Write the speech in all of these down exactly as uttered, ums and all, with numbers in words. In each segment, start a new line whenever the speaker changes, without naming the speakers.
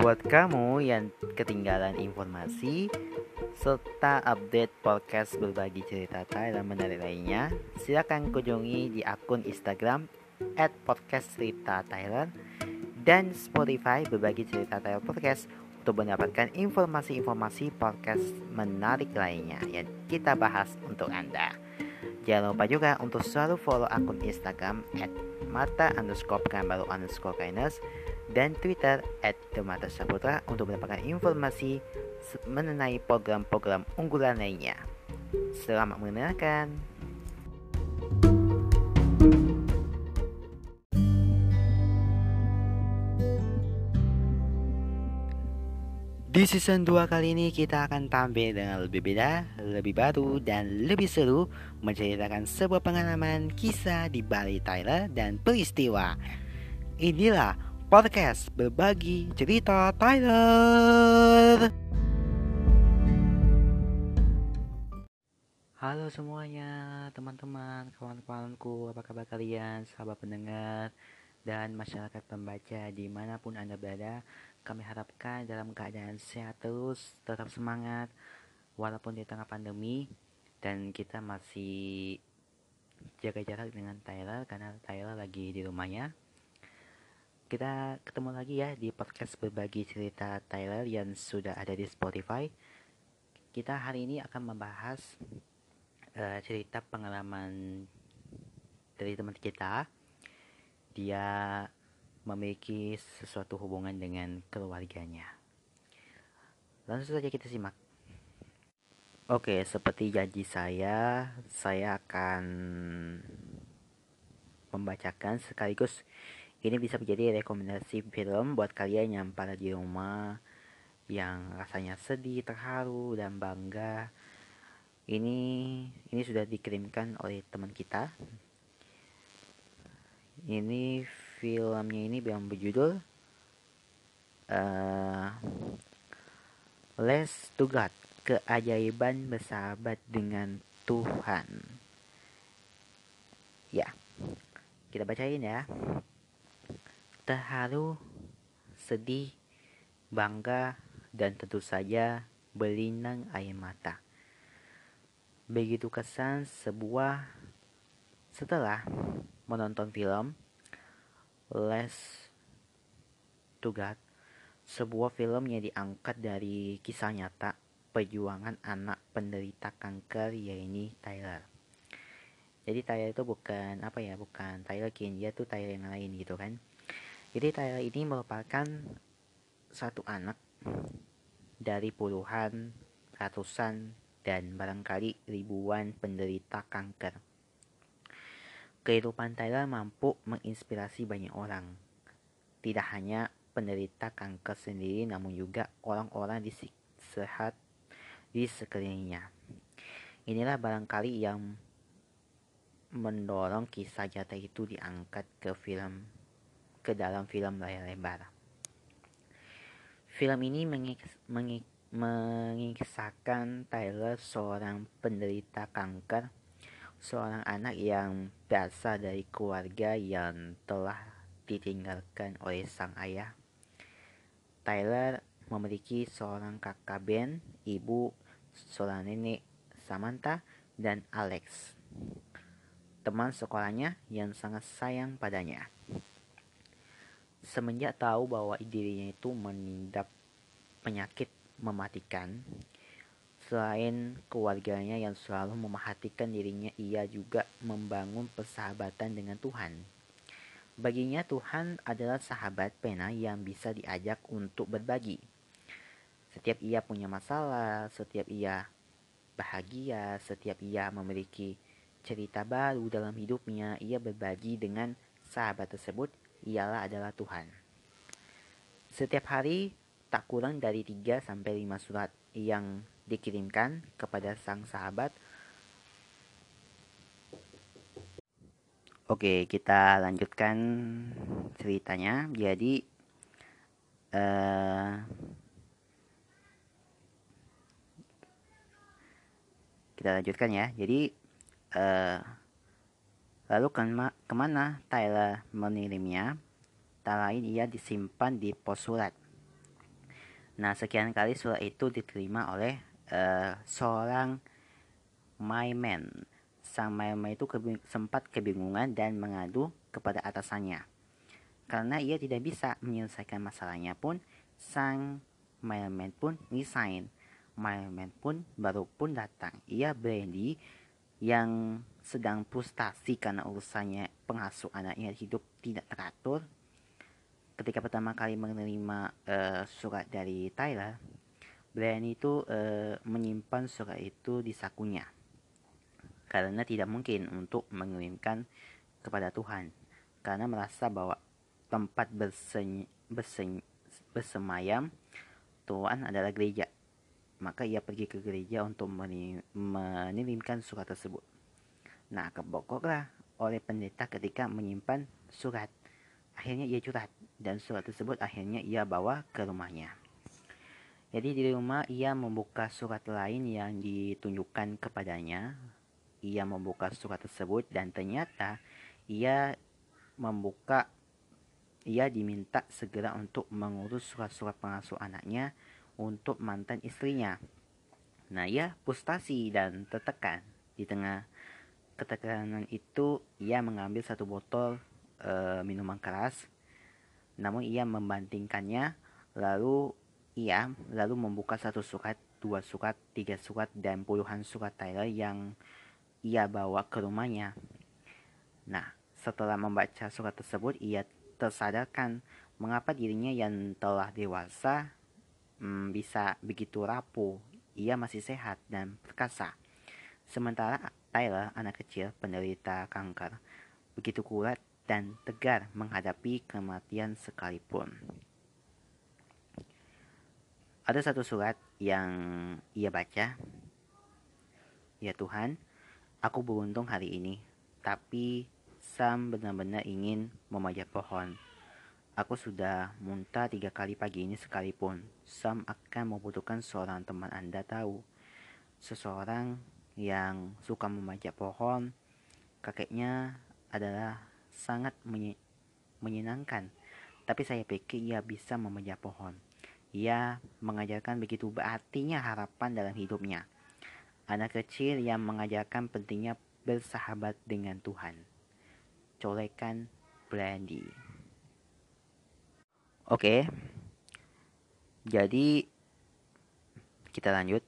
Buat kamu yang ketinggalan informasi serta update podcast berbagi cerita Thailand menarik lainnya, silakan kunjungi di akun Instagram et podcast cerita Thailand dan Spotify berbagi cerita Thailand podcast untuk mendapatkan informasi-informasi podcast menarik lainnya yang kita bahas untuk Anda. Jangan lupa juga untuk selalu follow akun Instagram et mata underscore kambaru underscore kindness dan Twitter et demata saputra untuk mendapatkan informasi mengenai program-program unggulan lainnya. Selamat mendengarkan. Di season dua kali ini kita akan tampil dengan lebih beda, lebih baru, dan lebih seru menceritakan sebuah pengalaman, kisah di Bali Thailand dan peristiwa. Inilah podcast berbagi cerita Thailand. Halo semuanya, teman-teman, kawan-kawanku, apa kabar kalian, sahabat pendengar dan masyarakat pembaca dimanapun Anda berada. Kami harapkan dalam keadaan sehat terus, tetap semangat walaupun di tengah pandemi, dan kita masih jaga jarak dengan Tyler karena Tyler lagi di rumahnya. Kita ketemu lagi ya di podcast berbagi cerita Tyler yang sudah ada di Spotify. Kita hari ini akan membahas uh, cerita pengalaman dari teman kita. Dia memiliki sesuatu hubungan dengan keluarganya. Langsung saja kita simak. Oke, seperti janji saya, saya akan membacakan sekaligus ini bisa menjadi rekomendasi film buat kalian yang pada di rumah yang rasanya sedih, terharu, dan bangga. Ini ini sudah dikirimkan oleh teman kita. Ini filmnya ini yang berjudul uh, Less to God, keajaiban bersahabat dengan Tuhan. Ya, kita bacain ya. Terharu, sedih, bangga, dan tentu saja berlinang air mata. Begitu kesan sebuah setelah menonton film Less to God, sebuah film yang diangkat dari kisah nyata perjuangan anak penderita kanker yaitu Tyler. Jadi Tyler itu bukan apa ya, bukan Tyler Kin, dia tuh Tyler yang lain gitu kan. Jadi Tyler ini merupakan satu anak dari puluhan, ratusan, dan barangkali ribuan penderita kanker. Kehidupan Tyler mampu menginspirasi banyak orang. Tidak hanya penderita kanker sendiri, namun juga orang-orang di sehat di sekelilingnya. Inilah barangkali yang mendorong kisah nyata itu diangkat ke film, ke dalam film layar lebar. Film ini mengisahkan Tyler, seorang penderita kanker, seorang anak yang berasal dari keluarga yang telah ditinggalkan oleh sang ayah. Tyler memiliki seorang kakak Ben, ibu, seorang nenek Samantha, dan Alex, teman sekolahnya yang sangat sayang padanya. Semenjak tahu bahwa dirinya itu mengidap penyakit mematikan, selain keluarganya yang selalu memerhatikan dirinya, ia juga membangun persahabatan dengan Tuhan. Baginya Tuhan adalah sahabat pena yang bisa diajak untuk berbagi. Setiap ia punya masalah, setiap ia bahagia, setiap ia memiliki cerita baru dalam hidupnya, ia berbagi dengan sahabat tersebut, ialah adalah Tuhan. Setiap hari tak kurang dari tiga sampai lima surat yang dikirimkan kepada sang sahabat. Oke, kita lanjutkan ceritanya. Jadi uh, kita lanjutkan ya. Jadi uh, lalu kema- kemana Tyler mengirimnya? Tak lain ia disimpan di pos surat. Nah, sekian kali surat itu diterima oleh uh, seorang mireman. Sang mireman itu kebing- sempat kebingungan dan mengadu kepada atasannya. Karena ia tidak bisa menyelesaikan masalahnya pun, sang mireman pun resign. Mireman pun baru pun datang. Ia Brandy yang sedang frustasi karena urusannya pengasuh anaknya hidup tidak teratur. Ketika pertama kali menerima uh, surat dari Tyler, Brandy itu uh, menyimpan surat itu di sakunya karena tidak mungkin untuk mengirimkan kepada Tuhan, karena merasa bahwa tempat berseny, berseny, bersemayam Tuhan adalah gereja. Maka ia pergi ke gereja untuk mengirimkan surat tersebut. Nah, kebokoklah oleh pendeta ketika menyimpan surat. Akhirnya ia curhat dan surat tersebut akhirnya ia bawa ke rumahnya. Jadi di rumah ia membuka surat lain yang ditunjukkan kepadanya. Ia membuka surat tersebut dan ternyata ia membuka ia diminta segera untuk mengurus surat-surat pengasuh anaknya untuk mantan istrinya. Nah, ia frustasi dan tertekan. Di tengah ketekanan itu, ia mengambil satu botol e, minuman keras. Namun ia membandingkannya, lalu ia lalu membuka satu surat, dua surat, tiga surat, dan puluhan surat Tyler yang ia bawa ke rumahnya. Nah, setelah membaca surat tersebut, ia tersadarkan mengapa dirinya yang telah dewasa hmm, bisa begitu rapuh. Ia masih sehat dan perkasa. Sementara Tyler, anak kecil penderita kanker, begitu kuat dan tegar menghadapi kematian sekalipun. Ada satu surat yang ia baca. Ya Tuhan, aku beruntung hari ini, tapi Sam benar-benar ingin memanjat pohon. Aku sudah muntah tiga kali pagi ini sekalipun. Sam akan membutuhkan seorang teman Anda tahu. Seseorang yang suka memanjat pohon. Kakeknya adalah sangat menyenangkan. Tapi saya pikir ia bisa memanjat pohon. Ia mengajarkan begitu berartinya harapan dalam hidupnya. Anak kecil yang mengajarkan pentingnya bersahabat dengan Tuhan. Colekan Brandy. Oke. Jadi kita lanjut.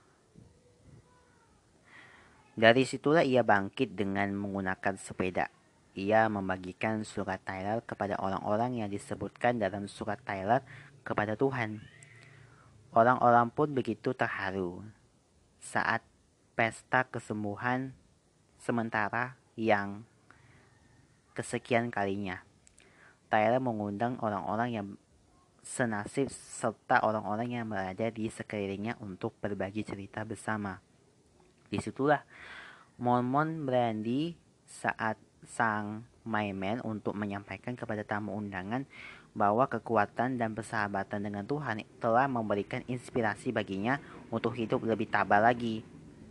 Dari situlah ia bangkit dengan menggunakan sepeda. Ia membagikan surat Tyler kepada orang-orang yang disebutkan dalam surat Tyler kepada Tuhan. Orang-orang pun begitu terharu saat pesta kesembuhan sementara yang kesekian kalinya. Tyler mengundang orang-orang yang senasib serta orang-orang yang berada di sekelilingnya untuk berbagi cerita bersama. Disitulah momen Brandy saat sang mireman untuk menyampaikan kepada tamu undangan bahwa kekuatan dan persahabatan dengan Tuhan telah memberikan inspirasi baginya untuk hidup lebih tabah lagi.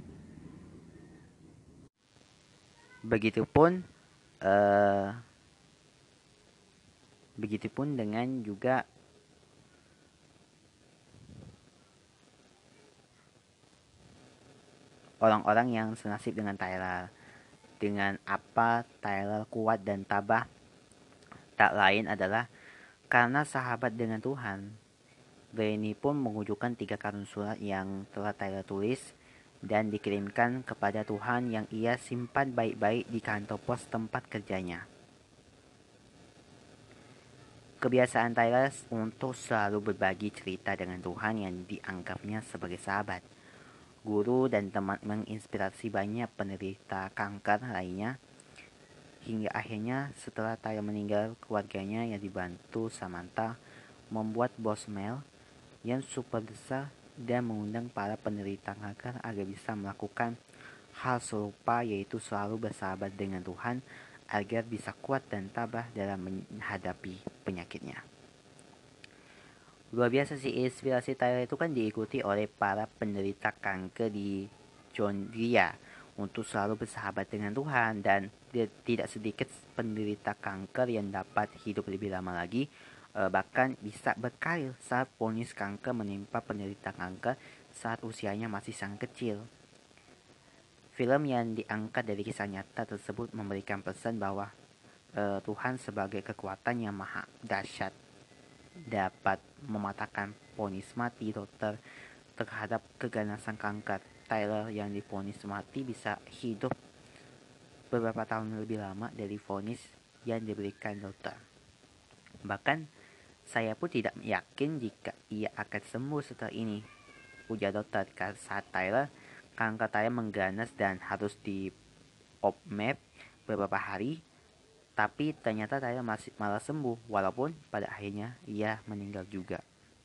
Begitupun uh, begitupun dengan juga orang-orang yang senasib dengan Tyler. Dengan apa Tyler kuat dan tabah? Tak lain adalah karena sahabat dengan Tuhan. Brandy pun mengujukan tiga karun surat yang telah Tyler tulis dan dikirimkan kepada Tuhan yang ia simpan baik-baik di kantor pos tempat kerjanya. Kebiasaan Tyler untuk selalu berbagi cerita dengan Tuhan yang dianggapnya sebagai sahabat, guru dan teman menginspirasi banyak penderita kanker lainnya. Hingga akhirnya setelah Tyler meninggal, keluarganya yang dibantu Samantha membuat voicemail yang super besar dan mengundang para penderita kanker agar bisa melakukan hal serupa, yaitu selalu bersahabat dengan Tuhan agar bisa kuat dan tabah dalam menghadapi penyakitnya. Luar biasa sih, inspirasi Tyler itu kan diikuti oleh para penderita kanker di Georgia untuk selalu bersahabat dengan Tuhan, dan tidak sedikit penderita kanker yang dapat hidup lebih lama lagi e, bahkan bisa berkarir saat vonis kanker menimpa penderita kanker saat usianya masih sangat kecil. Film yang diangkat dari kisah nyata tersebut memberikan pesan bahwa e, Tuhan sebagai kekuatan yang maha dahsyat dapat mematahkan vonis mati dokter terhadap keganasan kanker. Tyler yang divonis mati bisa hidup beberapa tahun lebih lama dari vonis yang diberikan dokter. Bahkan saya pun tidak yakin jika ia akan sembuh setelah ini, ujar dokter. Saat Tyler, kanker Tyler mengganas dan harus di op map beberapa hari, tapi ternyata Tyler masih malah sembuh, walaupun pada akhirnya ia meninggal juga.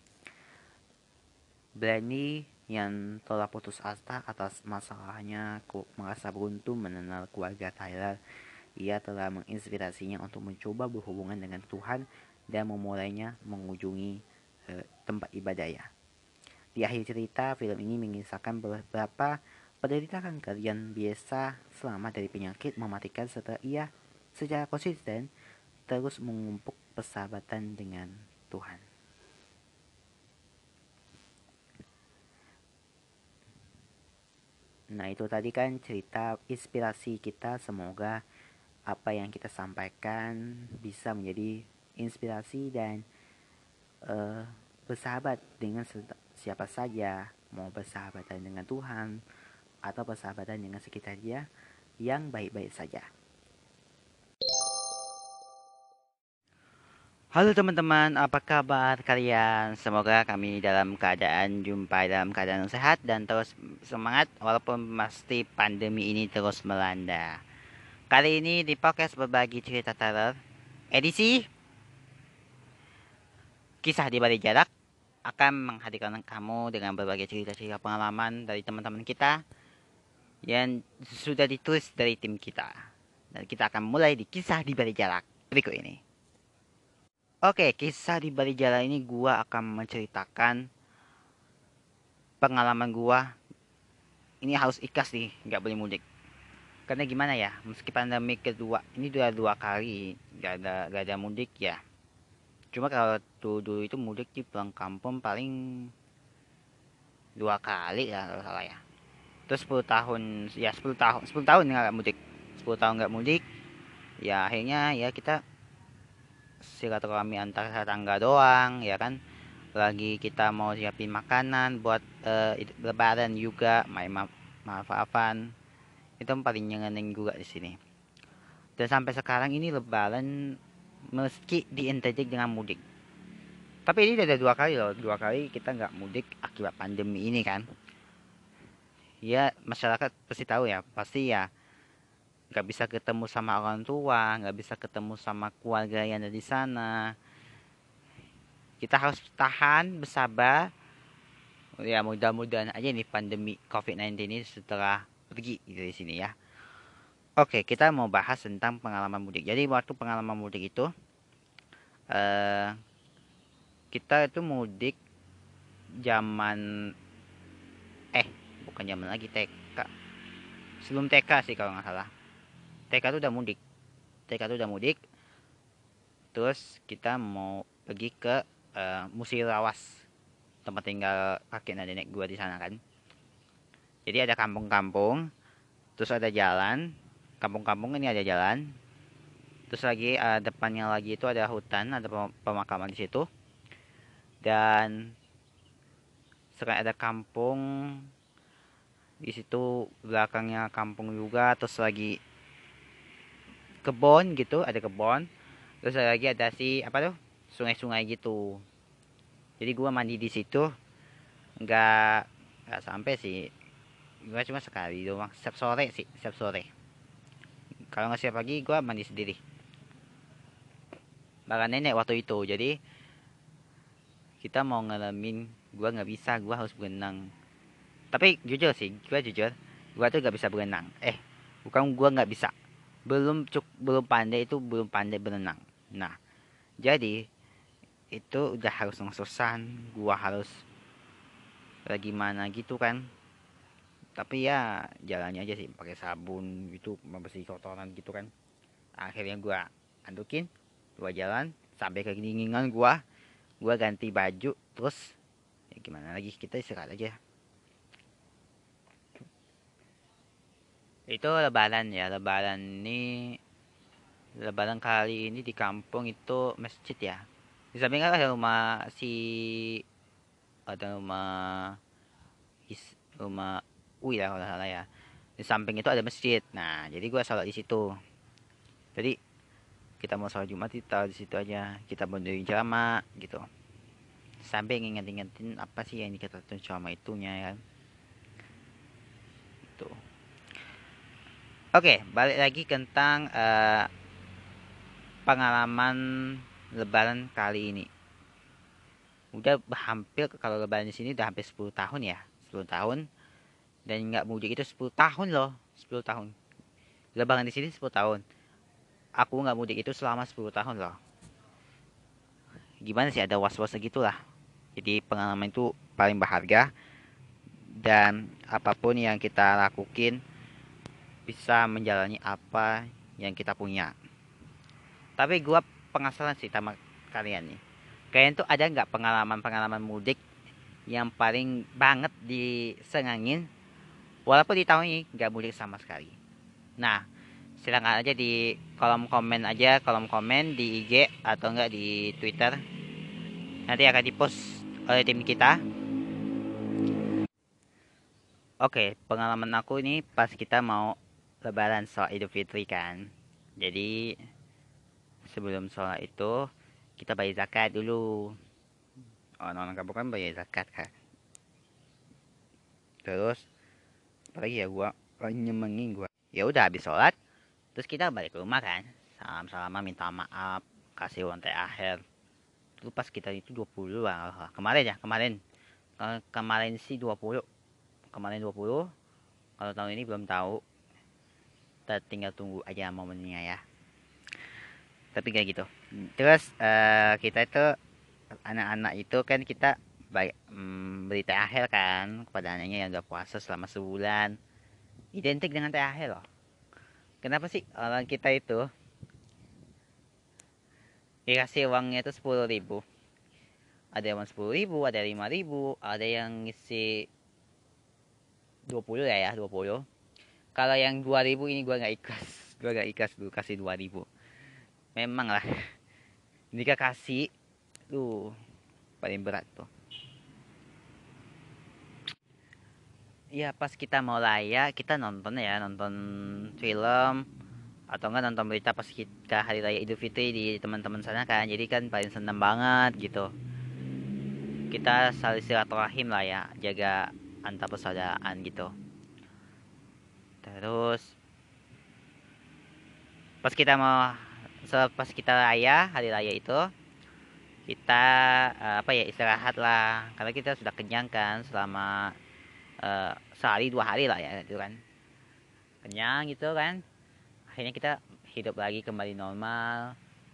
Brandy yang telah putus asa atas masalahnya merasa beruntung mengenal keluarga Tyler. Ia telah menginspirasinya untuk mencoba berhubungan dengan Tuhan dan memulainya mengunjungi eh, tempat ibadah ya. Di akhir cerita, film ini mengisahkan beberapa penderita kanker yang biasa selamat dari penyakit mematikan setelah ia secara konsisten terus mengumpuk persahabatan dengan Tuhan. Nah, itu tadi kan cerita inspirasi kita. Semoga apa yang kita sampaikan bisa menjadi inspirasi dan uh, bersahabat dengan siapa saja, mau bersahabatan dengan Tuhan atau persahabatan dengan sekitar dia yang baik-baik saja. Halo teman-teman, apa kabar kalian? Semoga kami dalam keadaan jumpa dalam keadaan sehat dan terus semangat walaupun pasti pandemi ini terus melanda. Kali ini di podcast berbagi cerita teror edisi Kisah di Balik Jarak akan menghadirkan kamu dengan berbagai cerita-cerita pengalaman dari teman-teman kita yang sudah ditulis dari tim kita. Dan kita akan mulai di Kisah di Balik Jarak berikut ini. Oke, kisah di Balik Jarak ini gua akan menceritakan pengalaman gua. Ini harus ikhlas nih, nggak boleh mudik. Karena gimana ya, meski pandemi kedua, ini udah dua kali gak ada, gak ada mudik ya. Cuma kalau dulu, dulu itu mudik di pulang kampung paling dua kali ya kalau salah ya. Terus sepuluh tahun, ya sepuluh tahun, sepuluh tahun nggak mudik. sepuluh tahun nggak mudik, ya akhirnya ya kita silaturahmi antar tetangga doang, ya kan. Lagi kita mau siapin makanan buat uh, lebaran juga, main ma maaf-maafan. Itu paling nyenengin juga di sini. Dan sampai sekarang ini lebaran meski diinterjek dengan mudik. Tapi ini udah dua kali loh, dua kali kita nggak mudik akibat pandemi ini kan. Ya masyarakat pasti tahu ya, pasti ya nggak bisa ketemu sama orang tua, nggak bisa ketemu sama keluarga yang ada di sana. Kita harus tahan, bersabar. Ya mudah-mudahan aja nih pandemi covid sembilan belas ini setelah pergi dari sini ya. Oke, kita mau bahas tentang pengalaman mudik. Jadi waktu pengalaman mudik itu, eh, kita itu mudik zaman, eh bukan zaman lagi T K. Sebelum T K sih kalau nggak salah. T K itu udah mudik. T K itu udah mudik. Terus kita mau pergi ke uh, Musirawas, tempat tinggal kakek dan nenek gua di sana kan. Jadi ada kampung-kampung, terus ada jalan. Kampung-kampung ini ada jalan. Terus lagi uh, depannya lagi itu ada hutan, ada pemakaman di situ. Dan sekarang ada kampung di situ, belakangnya kampung juga. Terus lagi kebon gitu, ada kebon. Terus lagi ada si apa tuh, sungai-sungai gitu. Jadi gua mandi di situ nggak nggak sampai sih, gua cuma sekali doang, setiap sore sih, setiap sore. Kalau nggak siap pagi gua mandi sendiri bahkan nenek waktu itu. Jadi kita mau ngalamin, gua nggak bisa, gua harus berenang. Tapi jujur sih, gua jujur gua tuh nggak bisa berenang. Eh bukan gua nggak bisa, belum cuk belum pandai, itu belum pandai berenang. Nah jadi itu udah harus ngos-ngosan, gua harus lagi mana gitu kan. Tapi ya jalannya aja sih pakai sabun gitu, membersih kotoran gitu kan. Akhirnya gua andukin, gua jalan, sampai kedinginan gua gua ganti baju terus ya gimana lagi, kita istirahat aja. Itu lebaran ya, lebaran ini lebaran kali ini di kampung itu masjid ya. Di samping kan ada rumah si ada rumah is, rumah Ui lah kalau salah ya. Di samping itu ada masjid. Nah, jadi gua sholat di situ. Jadi kita mau sholat Jumat kita di situ aja. Kita mau dari ceramah gitu. Sampai nginget-ingetin apa sih yang dikatakan ceramah itunya ya kan. Gitu. Oke, balik lagi tentang uh, pengalaman lebaran kali ini. Udah hampir, kalau lebaran di sini udah hampir sepuluh tahun ya. sepuluh tahun. Dan nggak mudik itu sepuluh tahun loh. sepuluh tahun. Lebaran di sini sepuluh tahun. Aku nggak mudik itu selama sepuluh tahun loh. Gimana sih, ada was-wasnya gitu lah. Jadi pengalaman itu paling berharga. Dan apapun yang kita lakuin bisa menjalani apa yang kita punya. Tapi gue penasaran sih sama kalian nih. Kalian tuh ada nggak pengalaman-pengalaman mudik yang paling banget disengangin walaupun di tahun ini nggak mudik sama sekali? Nah, silakan aja di kolom komen aja, kolom komen di I G atau enggak di Twitter. Nanti akan dipost oleh tim kita. Oke, pengalaman aku ini pas kita mau lebaran soal Idul Fitri kan. Jadi sebelum sholat itu kita bayar zakat dulu. Oh, orang kampung kan bayar zakat kan. Terus apalagi ya, gua nyemengin gua. Ya udah habis sholat, terus kita balik ke rumah kan. Salam-salaman, minta maaf, kasih uang terakhir. Itu pas kita itu dua puluh lah. Kemarin ya, kemarin. Kemarin sih dua puluh. Kemarin dua puluh. Kalau tahun ini belum tahu. Kita tinggal tunggu aja momennya ya. Tapi kayak gitu. Terus uh, kita itu anak-anak itu kan kita baik mm, beri T H R kan kepada anaknya yang udah puasa selama sebulan. Identik dengan T H R loh. Kenapa sih orang kita itu dikasih uangnya itu sepuluh ribu? Ada yang sepuluh ribu, ada lima ribu, ada yang ngisi dua puluh ya ya, dua puluh. Kalau yang dua ribu ini gua nggak ikhlas. Gua nggak ikhlas dulu kasih dua ribu. Memang lah. Jika kasih tuh paling berat tuh. Ya pas kita mau raya kita nonton ya, nonton film atau enggak nonton berita pas kita hari raya Idul Fitri di teman-teman sana kan. Jadi kan paling seneng banget gitu. Kita saling silaturahim lah ya, jaga antar persaudaraan gitu. Terus pas kita mau pas kita raya, hari raya itu kita uh, apa ya, istirahat lah karena kita sudah kenyang kan selama uh, sehari dua hari lah ya itu kan, kenyang gitu kan. Akhirnya kita hidup lagi kembali normal.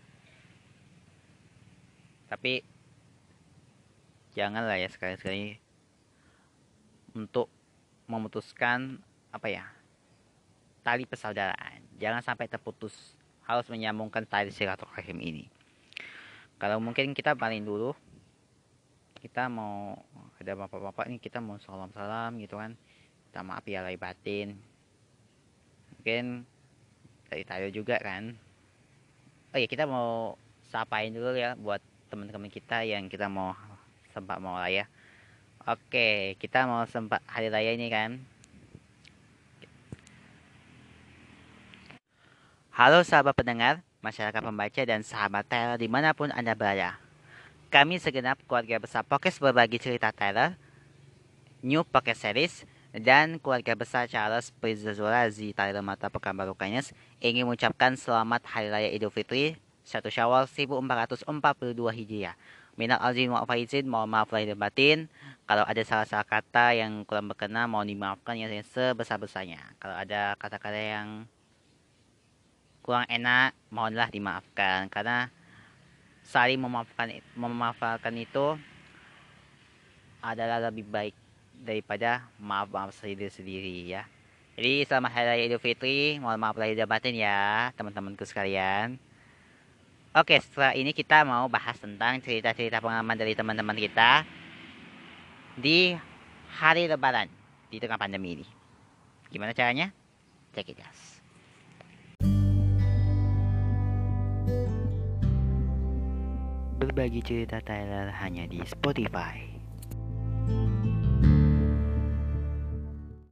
Tapi janganlah ya sekali-sekali untuk memutuskan apa ya, tali persaudaraan. Jangan sampai terputus. Harus menyambungkan tali silaturahim ini. Kalau mungkin kita paling dulu kita mau ada bapak-bapak nih, kita mau salam-salam gitu kan. Kita maaf ya lahir batin. Mungkin dari tayo juga kan. Oh ya, kita mau sapain dulu ya buat teman-teman kita yang kita mau sempat mau raya. Oke, kita mau sempat hari raya ini kan. Halo sahabat pendengar, masyarakat pembaca dan sahabat Tyler dimanapun Anda berada. Kami segenap keluarga besar Podcast Berbagi Cerita Tyler, New Podcast Series, dan keluarga besar Charles Prizazulazi Tyler Mata Pekanbaru Kanyes ingin mengucapkan selamat Hari Raya Idul Fitri satu Syawal seribu empat ratus empat puluh dua Hijriah. Minal aidin wal faizin, mohon maaf lahir dan batin. Kalau ada salah-salah kata yang kurang berkenan, mohon dimaafkan yang sebesar-besarnya. Kalau ada kata-kata yang kurang enak, mohonlah dimaafkan, karena saling memaafkan memaafkan itu adalah lebih baik daripada maaf-maaf sendiri-sendiri ya. Jadi selamat Hari Raya Idul Fitri, mohon maaf lahir dan batin ya teman-temanku sekalian. Oke, setelah ini kita mau bahas tentang cerita-cerita pengalaman dari teman-teman kita di hari Lebaran di tengah pandemi ini. Gimana caranya? Check it out. Berbagi cerita Tyler hanya di Spotify.